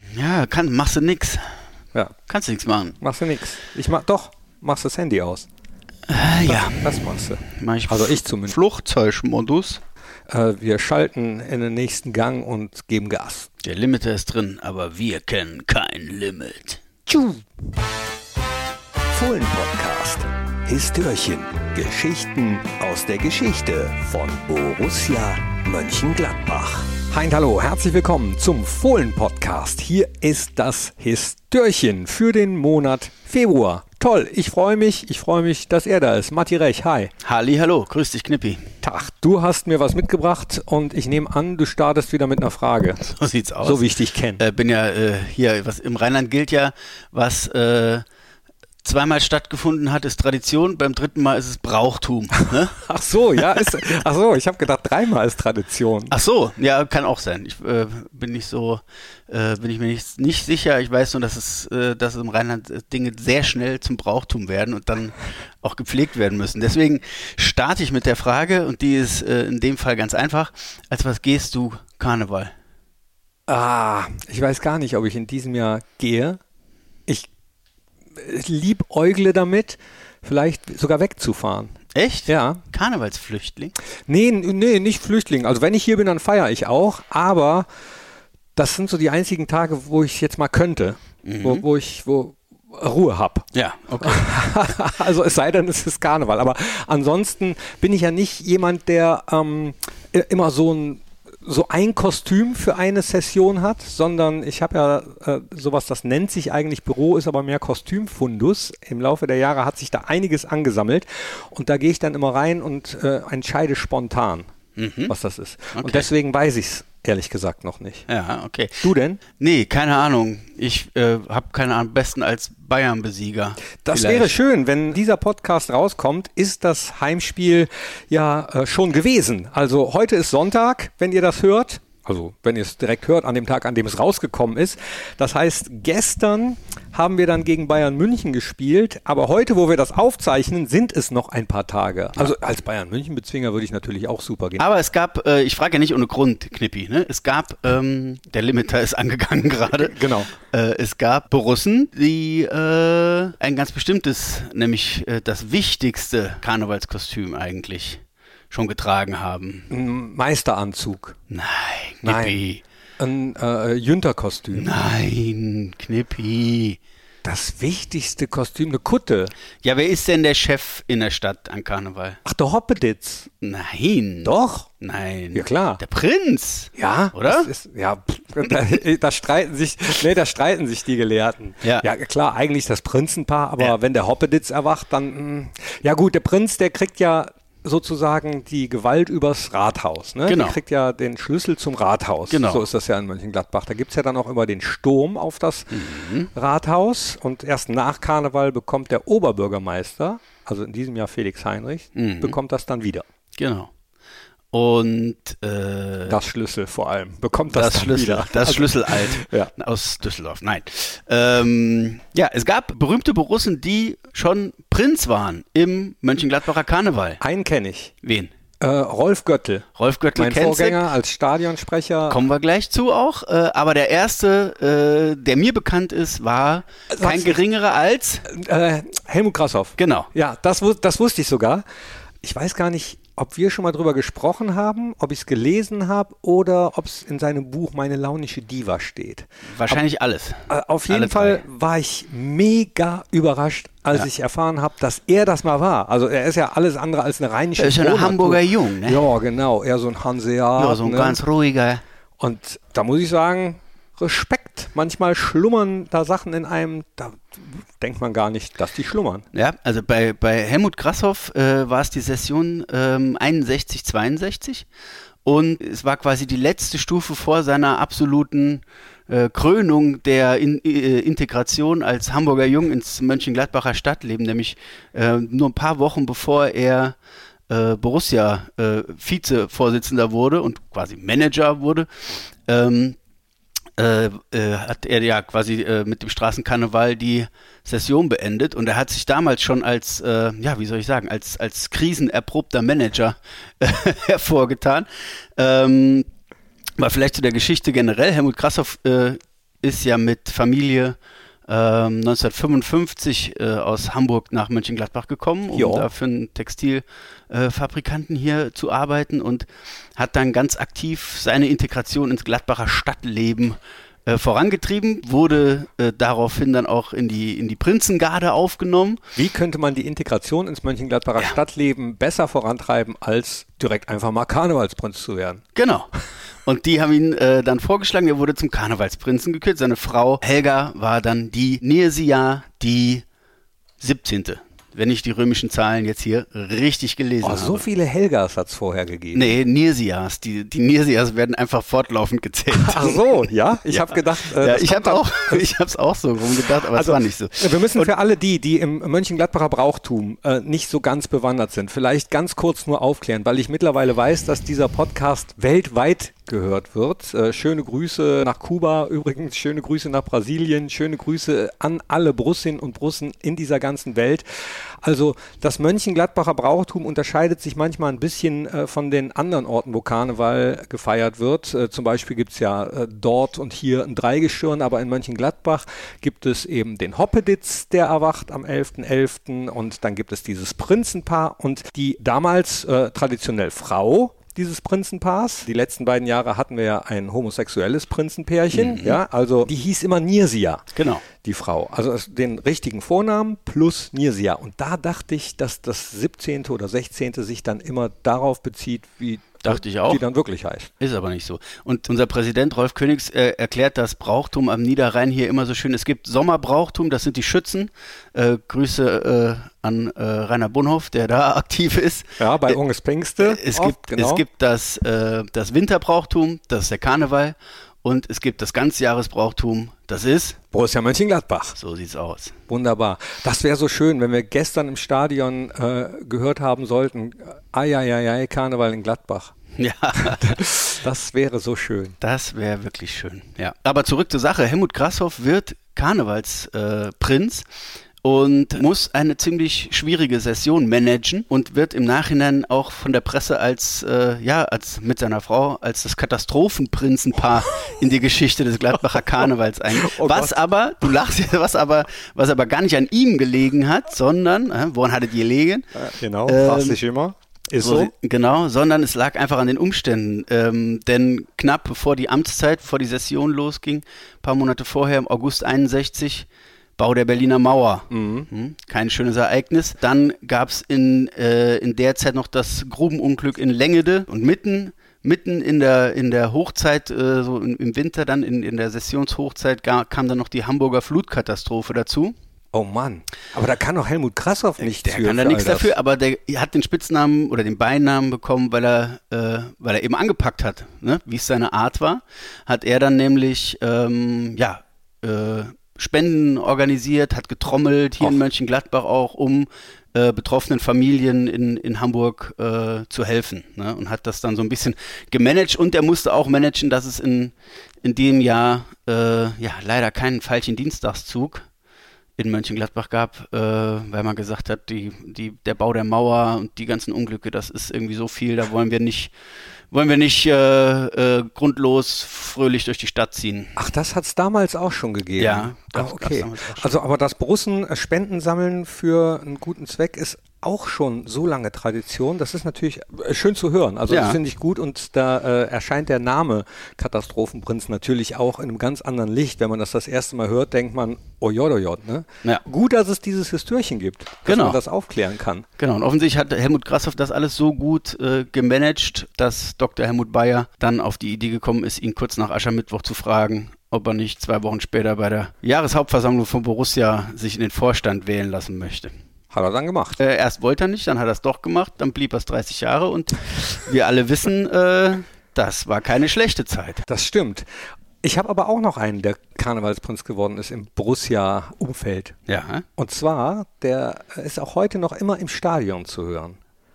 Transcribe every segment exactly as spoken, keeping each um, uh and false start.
Ja, kann, machst du nix. Ja. Kannst du nichts machen. Machst du nix. Ich mach, doch, machst das Handy aus. Äh, ja. Das, das machst du. Mach ich Also ich zumindest. Flugzeugmodus. Äh, wir schalten in den nächsten Gang und geben Gas. Der Limiter ist drin, aber wir kennen kein Limit. Tschuh. Fohlen-Podcast. Histörchen. Geschichten aus der Geschichte von Borussia Mönchengladbach. Hi und hallo, herzlich willkommen zum Fohlen-Podcast. Hier ist das Histörchen für den Monat Februar. Toll, ich freue mich, ich freue mich, dass er da ist. Matti Rech, hi. Halli, hallo, grüß dich, Knippi. Tag, du hast mir was mitgebracht und ich nehme an, du startest wieder mit einer Frage. So sieht's aus. So wie ich dich kenne. Äh, bin ja äh, hier, was im Rheinland gilt ja, was äh, zweimal stattgefunden hat, ist Tradition, beim dritten Mal ist es Brauchtum. Ne? Ach so, ja, ist, ach so, ich habe gedacht, dreimal ist Tradition. Ach so, ja, kann auch sein. Ich äh, bin nicht so, äh, bin ich mir nicht, nicht sicher. Ich weiß nur, dass es, äh, dass im Rheinland Dinge sehr schnell zum Brauchtum werden und dann auch gepflegt werden müssen. Deswegen starte ich mit der Frage und die ist äh, in dem Fall ganz einfach. Als was gehst du Karneval? Ah, ich weiß gar nicht, ob ich in diesem Jahr gehe. Ich liebäugle damit, vielleicht sogar wegzufahren. Echt? Ja. Karnevalsflüchtling? Nee, nee, nicht Flüchtling. Also wenn ich hier bin, dann feiere ich auch, aber das sind so die einzigen Tage, wo ich jetzt mal könnte, mhm. wo, wo ich wo Ruhe habe. Ja, okay. Also es sei denn, es ist Karneval. Aber ansonsten bin ich ja nicht jemand, der ähm, immer so ein so ein Kostüm für eine Session hat, sondern ich habe ja äh, sowas, das nennt sich eigentlich Büro, ist aber mehr Kostümfundus. Im Laufe der Jahre hat sich da einiges angesammelt und da gehe ich dann immer rein und äh, entscheide spontan, mhm. was das ist. Okay. Und deswegen weiß ich es ehrlich gesagt noch nicht. Ja, okay. Du denn? Nee, keine Ahnung. Ich äh, habe keine Ahnung, am besten als Bayern-Besieger. Das vielleicht. Wäre schön, wenn dieser Podcast rauskommt, ist das Heimspiel ja äh, schon gewesen. Also heute ist Sonntag, wenn ihr das hört. Also wenn ihr es direkt hört, an dem Tag, an dem es rausgekommen ist. Das heißt, gestern haben wir dann gegen Bayern München gespielt, aber heute, wo wir das aufzeichnen, sind es noch ein paar Tage. Also als Bayern München-Bezwinger würde ich natürlich auch super gehen. Aber es gab, äh, ich frage ja nicht ohne Grund, Knippi, ne? Es gab, ähm, der Limiter ist angegangen gerade. Genau. Äh, es gab Borussen, die äh, ein ganz bestimmtes, nämlich äh, das wichtigste Karnevalskostüm eigentlich schon getragen haben. Ein Meisteranzug. Nein, Knippi. Nein. Ein äh, Jünterkostüm. Nein, Knippi. Das wichtigste Kostüm, eine Kutte. Ja, wer ist denn der Chef in der Stadt an Karneval? Ach, der Hoppeditz. Nein. Doch? Nein. Ja, klar. Der Prinz. Ja. Oder? Das ist, ja, da, da streiten sich, nee, da streiten sich die Gelehrten. Ja. Ja, klar, eigentlich das Prinzenpaar, aber ja. wenn der Hoppeditz erwacht, dann, mh, ja gut, der Prinz, der kriegt ja sozusagen die Gewalt übers Rathaus. Ne? Genau. Der kriegt ja den Schlüssel zum Rathaus. Genau. So ist das ja in Mönchengladbach. Da gibt es ja dann auch immer den Sturm auf das mhm. Rathaus und erst nach Karneval bekommt der Oberbürgermeister, also in diesem Jahr Felix Heinrich, mhm. bekommt das dann wieder. Genau. Und äh, das Schlüssel vor allem. Bekommt das, das dann Schlüssel, wieder. Das also, Schlüsselalt ja. aus Düsseldorf. Nein. Ähm, ja, es gab berühmte Borussen, die schon Prinz waren im Mönchengladbacher Karneval. Einen kenne ich. Wen? Äh, Rolf Göttl. Rolf Göttl mein kennst Vorgänger du? Als Stadionsprecher. Kommen wir gleich zu auch. Äh, aber der erste, äh, der mir bekannt ist, war Was? kein geringerer als äh, Helmut Grashoff. Genau. Ja, das, das wusste ich sogar. Ich weiß gar nicht, ob wir schon mal drüber gesprochen haben, ob ich es gelesen habe oder ob es in seinem Buch Meine launische Diva steht. Wahrscheinlich Ab, alles. Äh, auf jeden Alle Fall drei. war ich mega überrascht, als ja. ich erfahren habe, dass er das mal war. Also er ist ja alles andere als eine rheinische Er ist ja ein Hamburger Jung, ne? Ja, genau. Eher so ein Hanseat. Ja, so ein ne? ganz ruhiger. Und da muss ich sagen, Respekt. Manchmal schlummern da Sachen in einem, da denkt man gar nicht, dass die schlummern. Ja, also bei, bei Helmut Grashoff äh, war es die Session ähm, einundsechzig, zweiundsechzig und es war quasi die letzte Stufe vor seiner absoluten äh, Krönung der in, äh, Integration als Hamburger Jung ins Mönchengladbacher Stadtleben, nämlich äh, nur ein paar Wochen bevor er äh, Borussia äh, Vize-Vorsitzender wurde und quasi Manager wurde. Ähm, Äh, äh, hat er ja quasi äh, mit dem Straßenkarneval die Session beendet und er hat sich damals schon als, äh, ja, wie soll ich sagen, als, als krisenerprobter Manager äh, hervorgetan. Ähm, aber vielleicht zu der Geschichte generell, Helmut Grashoff äh, ist ja mit Familie ähm, neunzehnhundertfünfundfünfzig äh, aus Hamburg nach Mönchengladbach gekommen, um jo. da für einen Textilfabrikanten äh, hier zu arbeiten und hat dann ganz aktiv seine Integration ins Gladbacher Stadtleben Äh, vorangetrieben, wurde äh, daraufhin dann auch in die, in die Prinzengarde aufgenommen. Wie könnte man die Integration ins Mönchengladbacher Ja. Stadtleben besser vorantreiben, als direkt einfach mal Karnevalsprinz zu werden? Genau. Und die haben ihn äh, dann vorgeschlagen, er wurde zum Karnevalsprinzen gekürt. Seine Frau Helga war dann die Nirsia, die siebzehnte Wenn ich die römischen Zahlen jetzt hier richtig gelesen Oh, habe. so viele Helgas hat es vorher gegeben. Nee, Nirsias. Die, die Nirsias werden einfach fortlaufend gezählt. Ach so, ja? Ich Ja. habe gedacht... Äh, Ja, das ich kommt habe dann- auch, ich habe es auch so rumgedacht, aber Also, es war nicht so. Wir müssen für alle die, die im Mönchengladbacher Brauchtum äh, nicht so ganz bewandert sind, vielleicht ganz kurz nur aufklären, weil ich mittlerweile weiß, dass dieser Podcast weltweit gehört wird. Äh, schöne Grüße nach Kuba übrigens, schöne Grüße nach Brasilien, schöne Grüße an alle Brussinnen und Brussen in dieser ganzen Welt. Also das Mönchengladbacher Brauchtum unterscheidet sich manchmal ein bisschen äh, von den anderen Orten, wo Karneval gefeiert wird. Äh, zum Beispiel gibt es ja äh, dort und hier ein Dreigestirn, aber in Mönchengladbach gibt es eben den Hoppeditz, der erwacht am elften elften und dann gibt es dieses Prinzenpaar und die damals äh, traditionell Frau dieses Prinzenpaars. Die letzten beiden Jahre hatten wir ja ein homosexuelles Prinzenpärchen, Mhm. ja, also die hieß immer Nirsia, Genau. die Frau. Also es- den richtigen Vornamen plus Nirsia. Und da dachte ich, dass das siebzehnte oder sechzehnte sich dann immer darauf bezieht, wie Dachte ich auch. die dann wirklich heißt. Ist aber nicht so. Und unser Präsident Rolf Königs äh, erklärt das Brauchtum am Niederrhein hier immer so schön. Es gibt Sommerbrauchtum, das sind die Schützen. Äh, Grüße äh, an äh, Rainer Bonhoff, der da aktiv ist. Ja, bei Äh, Unges Pfingste. Es oft, gibt, genau. es gibt das, äh, das Winterbrauchtum, das ist der Karneval. Und es gibt das Ganzjahresbrauchtum, das ist, Borussia Mönchengladbach. so sieht's aus. Wunderbar. Das wäre so schön, wenn wir gestern im Stadion äh, gehört haben sollten, ai, Karneval in Gladbach. Ja, Das wäre so schön. das wäre wirklich schön. Ja. Aber zurück zur Sache. Helmut Grasshoff wird Karnevalsprinz. Äh, Prinz. Und muss eine ziemlich schwierige Session managen und wird im Nachhinein auch von der Presse als, äh, ja, als mit seiner Frau, als das Katastrophenprinzenpaar in die Geschichte des Gladbacher Karnevals ein. Oh was Gott. aber, du lachst ja, was aber, was aber gar nicht an ihm gelegen hat, sondern, äh, woran hattet ihr gelegen? Genau, Ähm, fragst dich immer. Ist So, so. sie- Genau, sondern es lag einfach an den Umständen. Ähm, denn knapp bevor die Amtszeit, bevor die Session losging, ein paar Monate vorher, im August einundsechzig, Bau der Berliner Mauer. Hm, kein schönes Ereignis. Dann gab es in, äh, in der Zeit noch das Grubenunglück in Längede und mitten Mitten in der, in der Hochzeit, äh, so im, im Winter dann, in, in der Sessionshochzeit, ga, kam dann noch die Hamburger Flutkatastrophe dazu. Oh Mann. Aber da kann doch Helmut Grasshoff nicht Der für, kann da für nichts all das. dafür, aber der hat den Spitznamen oder den Beinamen bekommen, weil er, äh, weil er eben angepackt hat, ne? Wie es seine Art war. Hat er dann nämlich, ähm, ja, äh, Spenden organisiert, hat getrommelt, hier Och. in Mönchengladbach auch, um äh, betroffenen Familien in, in Hamburg äh, zu helfen, ne? Und hat das dann so ein bisschen gemanagt und er musste auch managen, dass es in, in dem Jahr äh, ja leider keinen falschen Dienstagszug in Mönchengladbach gab, äh, weil man gesagt hat, die, die, der Bau der Mauer und die ganzen Unglücke, das ist irgendwie so viel, da wollen wir nicht, wollen wir nicht äh, äh, grundlos fröhlich durch die Stadt ziehen. Ach, das hat es damals auch schon gegeben. Ja, ah, gab's- gab's okay. damals auch schon. Also, aber das Borussen äh, Spenden sammeln für einen guten Zweck ist auch schon so lange Tradition. Das ist natürlich äh, schön zu hören. Also Ja. das finde ich gut und da äh, erscheint der Name Katastrophenprinz natürlich auch in einem ganz anderen Licht. Wenn man das das erste Mal hört, denkt man, oh jod, oh jod, ne? Ja. Gut, dass es dieses Histörchen gibt, dass Genau. man das aufklären kann. Genau, und offensichtlich hat Helmut Grasshoff das alles so gut äh, gemanagt, dass Doktor Helmut Bayer dann auf die Idee gekommen ist, ihn kurz nach Aschermittwoch zu fragen, ob er nicht zwei Wochen später bei der Jahreshauptversammlung von Borussia sich in den Vorstand wählen lassen möchte. Hat er dann gemacht. Äh, erst wollte er nicht, dann hat er es doch gemacht, dann blieb er dreißig Jahre und wir alle wissen, äh, das war keine schlechte Zeit. Das stimmt. Ich habe aber auch noch einen, der Karnevalsprinz geworden ist im Borussia-Umfeld. Ja, Und zwar, der ist auch heute noch immer im Stadion zu hören.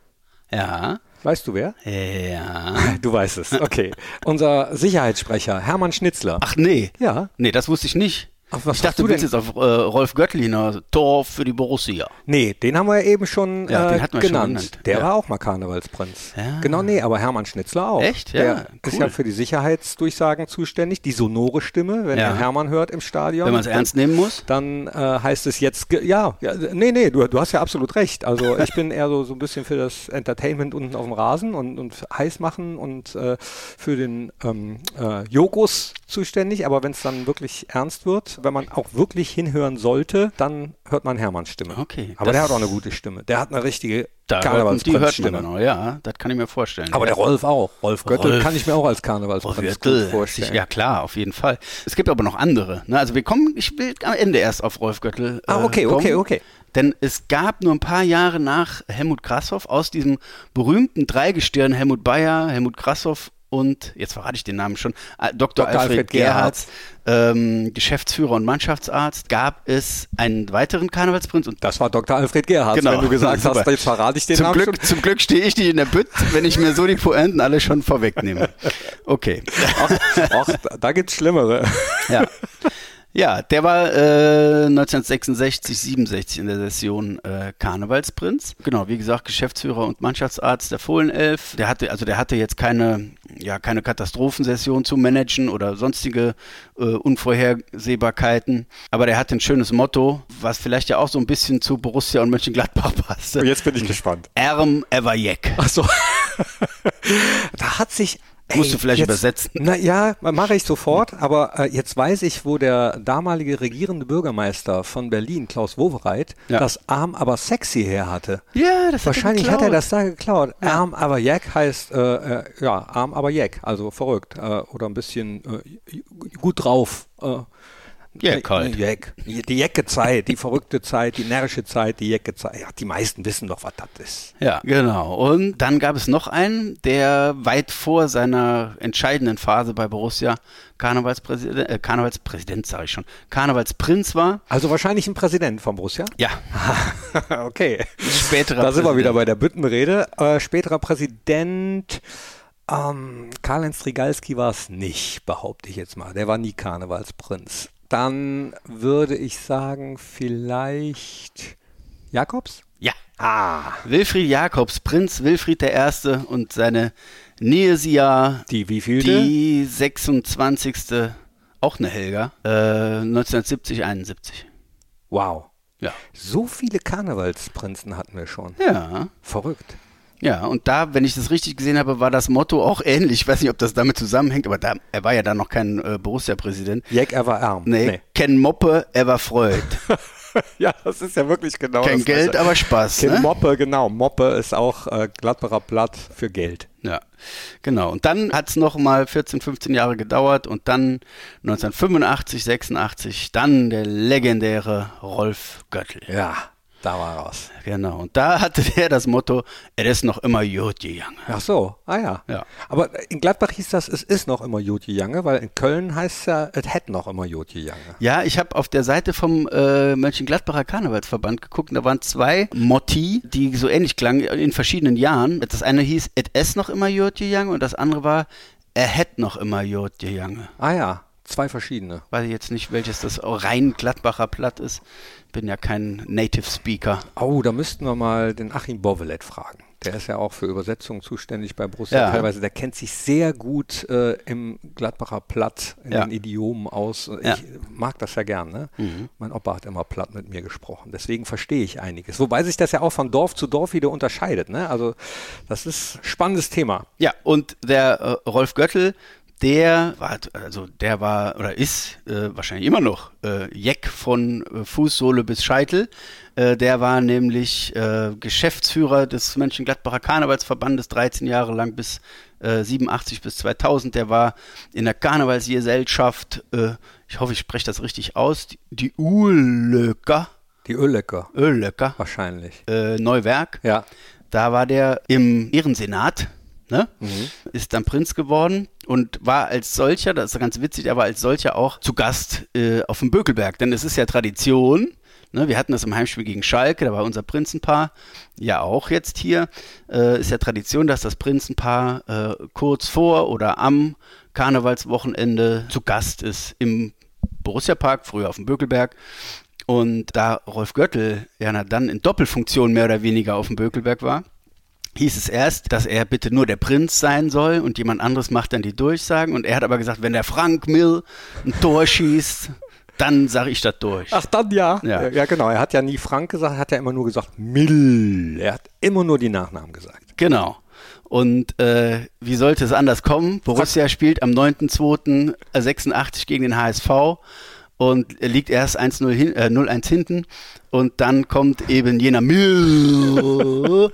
ja, Weißt du wer? ja. Du weißt es, okay. Unser Sicherheitssprecher, Hermann Schnitzler. Ach nee, Ja, nee, das wusste ich nicht. Ach, was ich dachte, du willst jetzt auf äh, Rolf Göttl hinaus. Tor für die Borussia. Nee, den haben wir ja eben schon, ja, äh, den hatten wir genannt. Schon genannt. Der ja. war auch mal Karnevalsprinz. Ja. Genau, nee, aber Hermann Schnitzler auch. Echt? Ja, Der cool. ist ja für die Sicherheitsdurchsagen zuständig, die sonore Stimme, wenn ja. er Hermann hört im Stadion. Wenn man es ernst nehmen muss. Dann äh, heißt es jetzt, ge- ja, ja, nee, nee, du, du hast ja absolut recht. Also ich bin eher so, so ein bisschen für das Entertainment unten auf dem Rasen und, und heiß machen und äh, für den ähm, äh, Jokos zuständig, aber wenn es dann wirklich ernst wird, wenn man auch wirklich hinhören sollte, dann hört man Hermanns Stimme. Okay. Aber der hat auch eine gute Stimme. Der hat eine richtige da Karnevalsprinz-Stimme. Genau, ja, das kann ich mir vorstellen. Aber ja. der Rolf auch. Rolf Göttl Rolf. kann ich mir auch als Karnevalsprinz gut vorstellen. Ja klar, auf jeden Fall. Es gibt aber noch andere. Ne? Also wir kommen, ich will am Ende erst auf Rolf Göttl äh, Ah, okay, kommen. okay, okay. Denn es gab nur ein paar Jahre nach Helmut Grasshoff aus diesem berühmten Dreigestirn Helmut Bayer, Helmut Grasshoff und, jetzt verrate ich den Namen schon, Doktor Alfred, Alfred Gerhardt, ähm, Geschäftsführer und Mannschaftsarzt, gab es einen weiteren Karnevalsprinz. Und das war Doktor Alfred Gerhardt, genau. wenn du gesagt hast, jetzt verrate ich den zum Namen Glück, schon. Zum Glück stehe ich nicht in der Bütt, wenn ich mir so die Pointen alle schon vorwegnehme. Okay. Ach, ach da gibt's Schlimmere. Ja. Ja, der war äh, neunzehnhundertsechsundsechzig, siebenundsechzig in der Session äh, Karnevalsprinz. Genau, wie gesagt, Geschäftsführer und Mannschaftsarzt der Fohlenelf. Der hatte, also der hatte jetzt keine, ja, keine Katastrophensession zu managen oder sonstige äh, Unvorhersehbarkeiten. Aber der hatte ein schönes Motto, was vielleicht ja auch so ein bisschen zu Borussia und Mönchengladbach passte. Und jetzt bin ich gespannt. Erm ever Jack. Ach so. Da hat sich Ey, Musst du vielleicht jetzt, übersetzen. Na ja, mache ich sofort, aber äh, jetzt weiß ich, wo der damalige regierende Bürgermeister von Berlin, Klaus Wowereit, ja. das Arm aber sexy her hatte. Ja, das Wahrscheinlich hat hat er das da geklaut. Ja. Arm aber Jack heißt, äh, äh, ja, Arm aber Jack, also verrückt äh, oder ein bisschen äh, gut drauf. Äh, Jack halt. Jack. Die Jacke-Zeit, die verrückte Zeit, die närrische Zeit, die Jacke-Zeit. Ja, die meisten wissen doch, was das ist. Ja, genau. Und dann gab es noch einen, der weit vor seiner entscheidenden Phase bei Borussia Karnevalspräsident, äh, Karnevalspräsident sage ich schon, Karnevalsprinz war. Also wahrscheinlich ein Präsident von Borussia? Ja. Okay. Späterer Da sind wir Präsident. wieder bei der Büttenrede. Äh, späterer Präsident, ähm, Karl-Heinz Strigalski war es nicht, behaupte ich jetzt mal. Der war nie Karnevalsprinz. Dann würde ich sagen, vielleicht Jakobs? Ja. Ah. Wilfried Jakobs, Prinz Wilfried der Erste und seine Niesia, Die wievielte? die sechsundzwanzigste Auch eine Helga, äh, neunzehnhundertsiebzig, einundsiebzig. Wow. Ja. So viele Karnevalsprinzen hatten wir schon. Ja. Verrückt. Ja, und da, wenn ich das richtig gesehen habe, war das Motto auch ähnlich. Ich weiß nicht, ob das damit zusammenhängt, aber da, er war ja da noch kein äh, Borussia-Präsident. Jack, er war arm. Nee, Nee. Ken Moppe, er war Freud. Ja, das ist ja wirklich genau Kein das. Geld, Gleiche. aber Spaß. Ken Ne? Moppe, genau. Moppe ist auch äh, Gladbacher Blatt für Geld. Ja, genau. Und dann hat es noch mal vierzehn, fünfzehn Jahre gedauert und dann neunzehnhundertfünfundachtzig, sechsundachtzig, dann der legendäre Rolf Göttl. Ja, da war er raus. Genau. Und da hatte der das Motto, er ist noch immer gut gegangen. Ach so, ah ja. Ja. Aber in Gladbach hieß das, es ist noch immer Jut Jange, weil in Köln heißt es ja, es hätte noch immer Jut Jange. Ja, ich habe auf der Seite vom äh, Mönchengladbacher Karnevalsverband geguckt und da waren zwei Motti, die so ähnlich klangen in verschiedenen Jahren. Das eine hieß, et es noch immer Jut gegangen und das andere war, er hätt noch immer Jut gegangen. Ah ja, zwei verschiedene. Weiß ich jetzt nicht, welches das rein Gladbacher Platt ist. Bin ja kein Native Speaker. Oh, da müssten wir mal den Achim Bovelet fragen. Der ist ja auch für Übersetzungen zuständig bei Borussia Ja. teilweise. Der kennt sich sehr gut äh, im Gladbacher Platt, in Ja. den Idiomen aus. Ich Ja. mag das ja gern. Ne? Mhm. Mein Opa hat immer Platt mit mir gesprochen. Deswegen verstehe ich einiges. Wobei sich das ja auch von Dorf zu Dorf wieder unterscheidet. Ne? Also das ist ein spannendes Thema. Ja, und der äh, Rolf Göttl, der war, also der war oder ist äh, wahrscheinlich immer noch äh, Jeck von äh, Fußsohle bis Scheitel. Äh, der war nämlich äh, Geschäftsführer des Mönchengladbacher Karnevalsverbandes dreizehn Jahre lang bis äh, siebenundachtzig bis zweitausend. Der war in der Karnevalsgesellschaft, äh, ich hoffe, ich spreche das richtig aus, die, die Uhlöcker, Die Öllöcker Öllöcker, wahrscheinlich. äh, Neuwerk. Ja. Da war der im Ehrensenat, ne? Mhm. Ist dann Prinz geworden und war als solcher, das ist ganz witzig, er war als solcher auch zu Gast äh, auf dem Bökelberg, denn es ist ja Tradition, ne? Wir hatten das im Heimspiel gegen Schalke, da war unser Prinzenpaar ja auch jetzt hier, äh, ist ja Tradition, dass das Prinzenpaar äh, kurz vor oder am Karnevalswochenende zu Gast ist im Borussia-Park, früher auf dem Bökelberg. Und da Rolf Göttl ja dann in Doppelfunktion mehr oder weniger auf dem Bökelberg war, hieß es erst, dass er bitte nur der Prinz sein soll und jemand anderes macht dann die Durchsagen. Und er hat aber gesagt, wenn der Frank Mill ein Tor schießt, dann sage ich das durch. Ach, dann ja. ja. Ja, genau. Er hat ja nie Frank gesagt, er hat ja immer nur gesagt Mill. Er hat immer nur die Nachnamen gesagt. Genau. Und äh, wie sollte es anders kommen? Borussia spielt am neunten zweiten sechsundachtzig gegen den H S V und liegt erst eins null hin, äh, null eins hinten und dann kommt eben jener Mill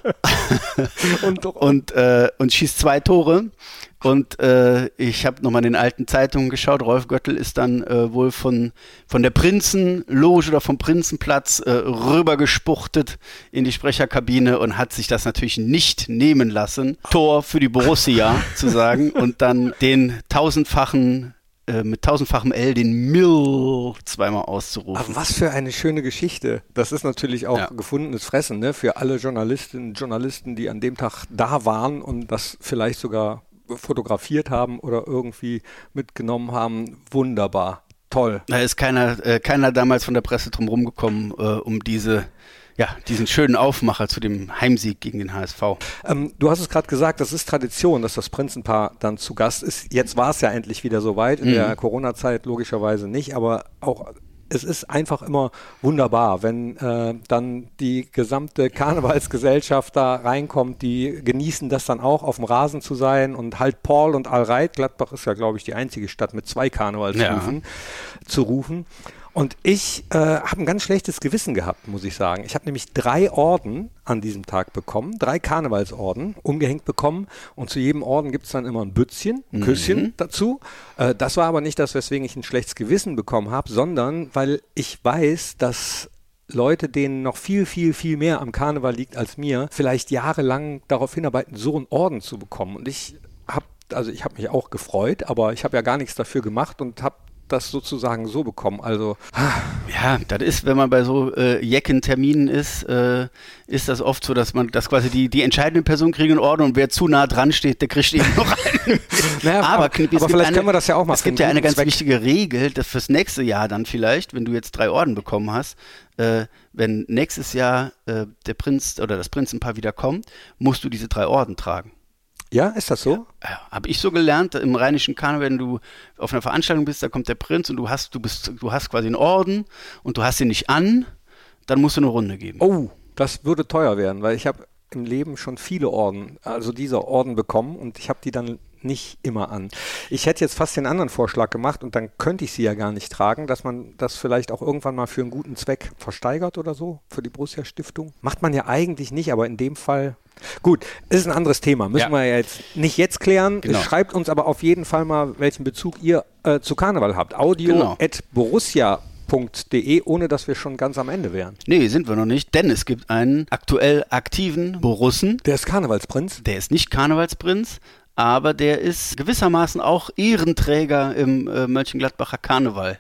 und, und, äh, und schießt zwei Tore. Und äh, ich habe nochmal in den alten Zeitungen geschaut, Rolf Göttl ist dann äh, wohl von, von der Prinzenloge oder vom Prinzenplatz äh, rübergespuchtet in die Sprecherkabine und hat sich das natürlich nicht nehmen lassen, Tor für die Borussia zu sagen und dann den tausendfachen äh, mit tausendfachem L den Mill zweimal auszurufen. Aber was für eine schöne Geschichte. Das ist natürlich auch ja. gefundenes Fressen, ne, für alle Journalistinnen und Journalisten, die an dem Tag da waren und das vielleicht sogar fotografiert haben oder irgendwie mitgenommen haben. Wunderbar. Toll. Da ist keiner, äh, keiner damals von der Presse drum rumgekommen, äh, um diese, ja, diesen schönen Aufmacher zu dem Heimsieg gegen den H S V. Ähm, du hast es gerade gesagt, das ist Tradition, dass das Prinzenpaar dann zu Gast ist. Jetzt war es ja endlich wieder soweit, in mhm. der Corona-Zeit logischerweise nicht, aber auch es ist einfach immer wunderbar, wenn äh, dann die gesamte Karnevalsgesellschaft da reinkommt, die genießen das dann auch, auf dem Rasen zu sein und halt Paul und Allreit, Gladbach ist ja, glaube ich, die einzige Stadt mit zwei Karnevalsrufen, ja. zu rufen. Und ich äh, habe ein ganz schlechtes Gewissen gehabt, muss ich sagen. Ich habe nämlich drei Orden an diesem Tag bekommen, drei Karnevalsorden umgehängt bekommen und zu jedem Orden gibt es dann immer ein Bützchen, ein Küsschen mhm. dazu. Äh, das war aber nicht das, weswegen ich ein schlechtes Gewissen bekommen habe, sondern weil ich weiß, dass Leute, denen noch viel, viel, viel mehr am Karneval liegt als mir, vielleicht jahrelang darauf hinarbeiten, so einen Orden zu bekommen. Und ich habe, also ich habe mich auch gefreut, aber ich habe ja gar nichts dafür gemacht und habe das sozusagen so bekommen, also ja, das ist, wenn man bei so äh, Jecken-Terminen ist, äh, ist das oft so, dass man, dass quasi die, die entscheidende Person kriegt einen Orden und wer zu nah dran steht, der kriegt eben noch einen. Naja, aber aber, Knippi, aber vielleicht eine, können wir das ja auch mal. Es gibt ja eine ganz Zweck. wichtige Regel, dass fürs nächste Jahr dann vielleicht, wenn du jetzt drei Orden bekommen hast, äh, wenn nächstes Jahr äh, der Prinz oder das Prinzenpaar wieder kommt, musst du diese drei Orden tragen. Ja, ist das so? Ja, ja, habe ich so gelernt, im rheinischen Karneval, wenn du auf einer Veranstaltung bist, da kommt der Prinz und du hast, du bist, du hast quasi einen Orden und du hast ihn nicht an, dann musst du eine Runde geben. Oh, das würde teuer werden, weil ich habe im Leben schon viele Orden, also diese Orden bekommen und ich habe die dann nicht immer an. Ich hätte jetzt fast den anderen Vorschlag gemacht und dann könnte ich sie ja gar nicht tragen, dass man das vielleicht auch irgendwann mal für einen guten Zweck versteigert oder so, für die Borussia Stiftung. Macht man ja eigentlich nicht, aber in dem Fall gut, ist ein anderes Thema. Müssen ja. wir ja jetzt nicht jetzt klären. Genau. Schreibt uns aber auf jeden Fall mal, welchen Bezug ihr äh, zu Karneval habt. Audio genau. at borussia punkt de, ohne dass wir schon ganz am Ende wären. Nee, sind wir noch nicht, denn es gibt einen aktuell aktiven Borussen. Der ist Karnevalsprinz? Der ist nicht Karnevalsprinz, aber der ist gewissermaßen auch Ehrenträger im äh, Mönchengladbacher Karneval.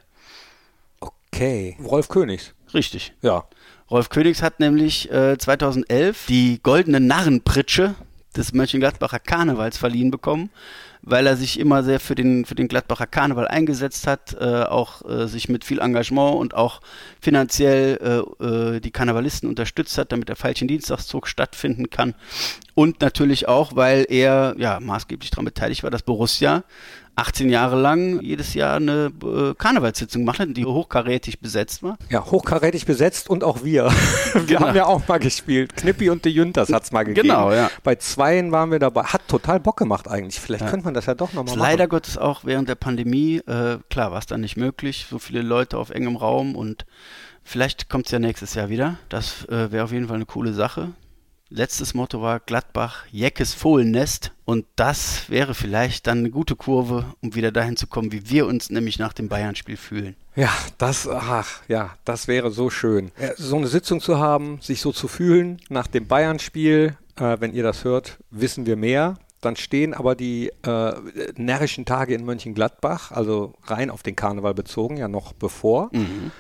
Okay. Rolf Königs. Richtig. Ja. Rolf Königs hat nämlich äh, zweitausendelf die goldene Narrenpritsche des Mönchengladbacher Karnevals verliehen bekommen, weil er sich immer sehr für den, für den Gladbacher Karneval eingesetzt hat, äh, auch äh, sich mit viel Engagement und auch finanziell äh, äh, die Karnevalisten unterstützt hat, damit der Veilchen-Dienstagszug stattfinden kann. Und natürlich auch, weil er ja maßgeblich daran beteiligt war, dass Borussia achtzehn Jahre lang jedes Jahr eine äh, Karnevalssitzung gemacht hat, die hochkarätig besetzt war. Ja, hochkarätig besetzt und auch wir. wir genau. haben ja auch mal gespielt. Knippi und die Jüntas hat es mal gegeben. Genau, ja. Bei zweien waren wir dabei. Hat total Bock gemacht eigentlich. Vielleicht ja. könnte man das ja doch nochmal machen. Leider Gottes auch während der Pandemie, äh, klar war es dann nicht möglich, so viele Leute auf engem Raum und vielleicht kommt es ja nächstes Jahr wieder. Das äh, wäre auf jeden Fall eine coole Sache. Letztes Motto war Gladbach, Jeckes Fohlennest und das wäre vielleicht dann eine gute Kurve, um wieder dahin zu kommen, wie wir uns nämlich nach dem Bayern-Spiel fühlen. Ja, das, ach, ja, das wäre so schön. So eine Sitzung zu haben, sich so zu fühlen nach dem Bayern-Spiel, äh, wenn ihr das hört, wissen wir mehr. Dann stehen aber die äh, närrischen Tage in Mönchengladbach, also rein auf den Karneval bezogen, ja noch bevor. Mhm.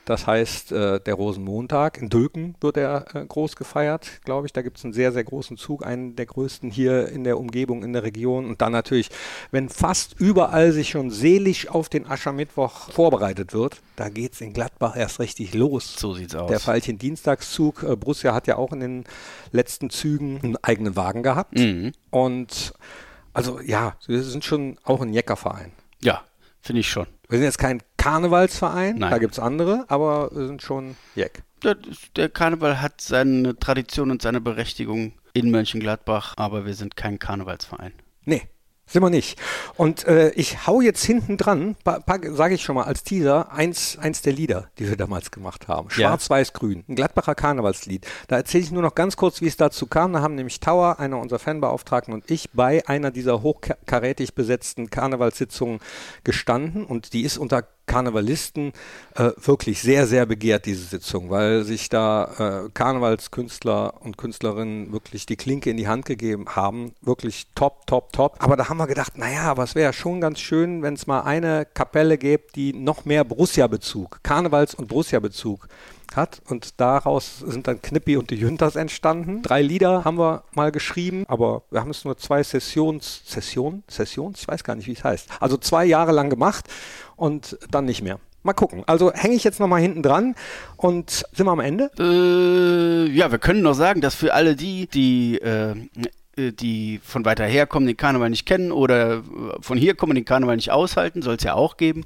Das heißt, äh, der Rosenmontag. In Dülken wird er äh, groß gefeiert, glaube ich. Da gibt es einen sehr, sehr großen Zug, einen der größten hier in der Umgebung, in der Region. Und dann natürlich, wenn fast überall sich schon seelisch auf den Aschermittwoch vorbereitet wird, da geht es in Gladbach erst richtig los. So sieht's aus. Der Veilchen-Dienstagszug. Äh, Borussia hat ja auch in den letzten Zügen einen eigenen Wagen gehabt. Mhm. Und also ja, wir sind schon auch ein Jeckerverein. Ja, finde ich schon. Wir sind jetzt kein Karnevalsverein, Nein. Da gibt es andere, aber wir sind schon Jeck. Der, der Karneval hat seine Tradition und seine Berechtigung in Mönchengladbach, aber wir sind kein Karnevalsverein. Nee, sind wir nicht. Und äh, ich hau jetzt hinten dran, sage ich schon mal als Teaser, eins, eins der Lieder, die wir damals gemacht haben. Schwarz-Weiß-Grün, ein Gladbacher Karnevalslied. Da erzähle ich nur noch ganz kurz, wie es dazu kam. Da haben nämlich Tower, einer unserer Fanbeauftragten, und ich bei einer dieser hochkarätig besetzten Karnevalssitzungen gestanden. Und die ist unter Karnevalisten äh, wirklich sehr, sehr begehrt, diese Sitzung, weil sich da äh, Karnevalskünstler und Künstlerinnen wirklich die Klinke in die Hand gegeben haben. Wirklich top, top, top. Aber da haben wir gedacht, naja, aber es wäre schon ganz schön, wenn es mal eine Kapelle gäbe, die noch mehr Borussia-Bezug, Karnevals- und Borussia-Bezug hat. Und daraus sind dann Knippi und die Jünters entstanden. Drei Lieder haben wir mal geschrieben, aber wir haben es nur zwei Sessions, Session, Sessions, ich weiß gar nicht, wie es heißt. Also zwei Jahre lang gemacht und dann nicht mehr. Mal gucken. Also hänge ich jetzt nochmal hinten dran und sind wir am Ende? Äh, ja, wir können noch sagen, dass für alle die, die äh, die von weiter her kommen, den Karneval nicht kennen oder von hier kommen, den Karneval nicht aushalten, soll es ja auch geben.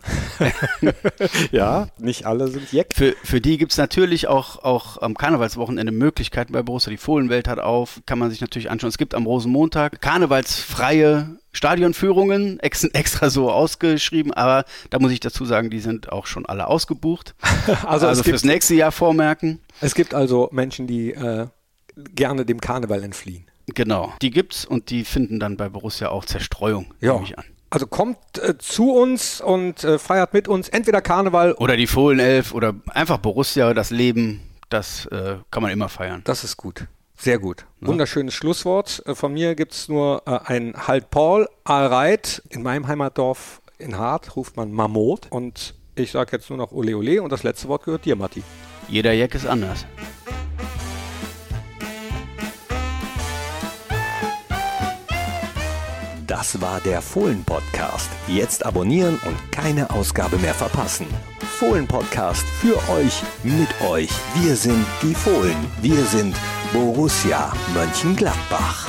Ja, nicht alle sind Jeck. Für, für die gibt es natürlich auch, auch am Karnevalswochenende Möglichkeiten bei Borussia. Die Fohlenwelt hat auf, kann man sich natürlich anschauen. Es gibt am Rosenmontag karnevalsfreie Stadionführungen, ex, extra so ausgeschrieben, aber da muss ich dazu sagen, die sind auch schon alle ausgebucht. Also, also es gibt, fürs nächste Jahr vormerken. Es gibt also Menschen, die äh, gerne dem Karneval entfliehen. Genau, die gibt's und die finden dann bei Borussia auch Zerstreuung, ja. nehme ich an. Also kommt äh, zu uns und äh, feiert mit uns entweder Karneval oder die Fohlenelf oder einfach Borussia, das Leben, das äh, kann man immer feiern. Das ist gut, sehr gut. Ja. Wunderschönes Schlusswort. Äh, von mir gibt es nur äh, ein Halt Paul, Allreit. In meinem Heimatdorf in Hart ruft man Mammut und ich sage jetzt nur noch Ole Ole und das letzte Wort gehört dir, Matti. Jeder Jeck ist anders. Das war der Fohlen-Podcast. Jetzt abonnieren und keine Ausgabe mehr verpassen. Fohlen-Podcast für euch, mit euch. Wir sind die Fohlen. Wir sind Borussia Mönchengladbach.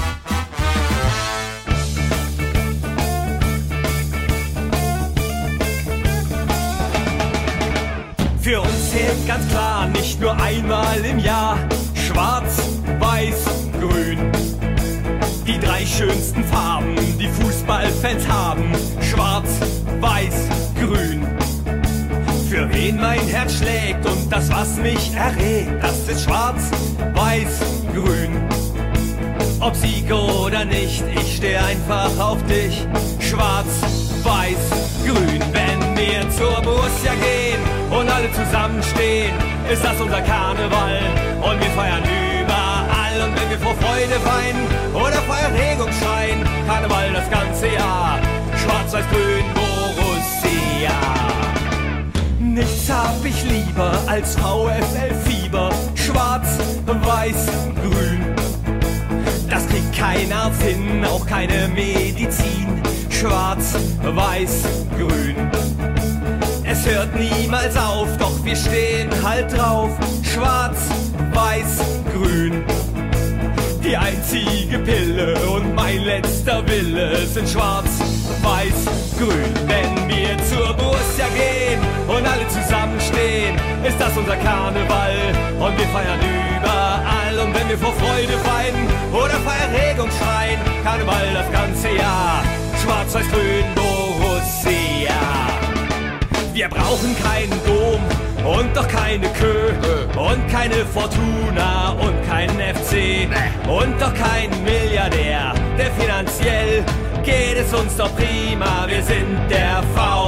Für uns zählt ganz klar nicht nur einmal im Jahr Schwarz, Weiß, Grün. Die drei schönsten Farben, die Fußballfans haben. Schwarz, Weiß, Grün. Für wen mein Herz schlägt und das, was mich erregt, das ist Schwarz, Weiß, Grün. Ob Sieg oder nicht, ich stehe einfach auf dich. Schwarz, Weiß, Grün. Wenn wir zur Borussia gehen und alle zusammenstehen, ist das unser Karneval und wir feiern überall. Und wenn wir vor Freude weinen oder vor Erregung schreien, Karneval das ganze Jahr. Schwarz, Weiß, Grün, Borussia. Nichts hab ich lieber als VfL-Fieber. Schwarz, Weiß, Grün. Das kriegt kein Arzt hin, auch keine Medizin. Schwarz, Weiß, Grün. Es hört niemals auf, doch wir stehen halt drauf. Schwarz, Weiß, Grün. Die einzige Pille und mein letzter Wille sind Schwarz, Weiß, Grün. Wenn wir zur Borussia gehen und alle zusammenstehen, ist das unser Karneval und wir feiern überall. Und wenn wir vor Freude weinen oder vor Erregung schreien, Karneval das ganze Jahr. Schwarz, Weiß, Grün, Borussia. Wir brauchen keinen Dom und doch keine Kö und keine Fortuna und keinen F C und doch keinen Milliardär, der finanziell geht es uns doch prima, wir sind der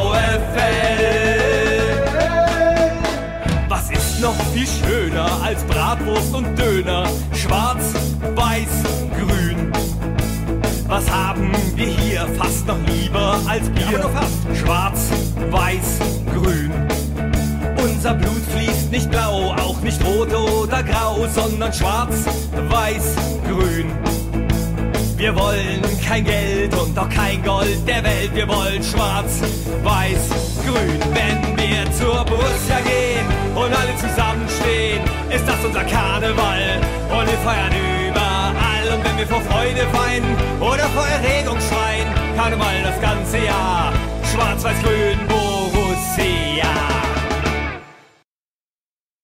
VfL. Was ist noch viel schöner als Bratwurst und Döner? Schwarz, Weiß, Grün. Was haben wir hier fast noch lieber als Bier? Schwarz, Weiß, Grün. Unser Blut fließt nicht blau, auch nicht rot oder grau, sondern schwarz, weiß, grün. Wir wollen kein Geld und auch kein Gold der Welt. Wir wollen schwarz, weiß, grün. Wenn wir zur Borussia gehen und alle zusammenstehen, ist das unser Karneval und wir feiern überall. Und wenn wir vor Freude weinen oder vor Erregung schreien, Karneval das ganze Jahr. Schwarz, weiß, grün, Borussia.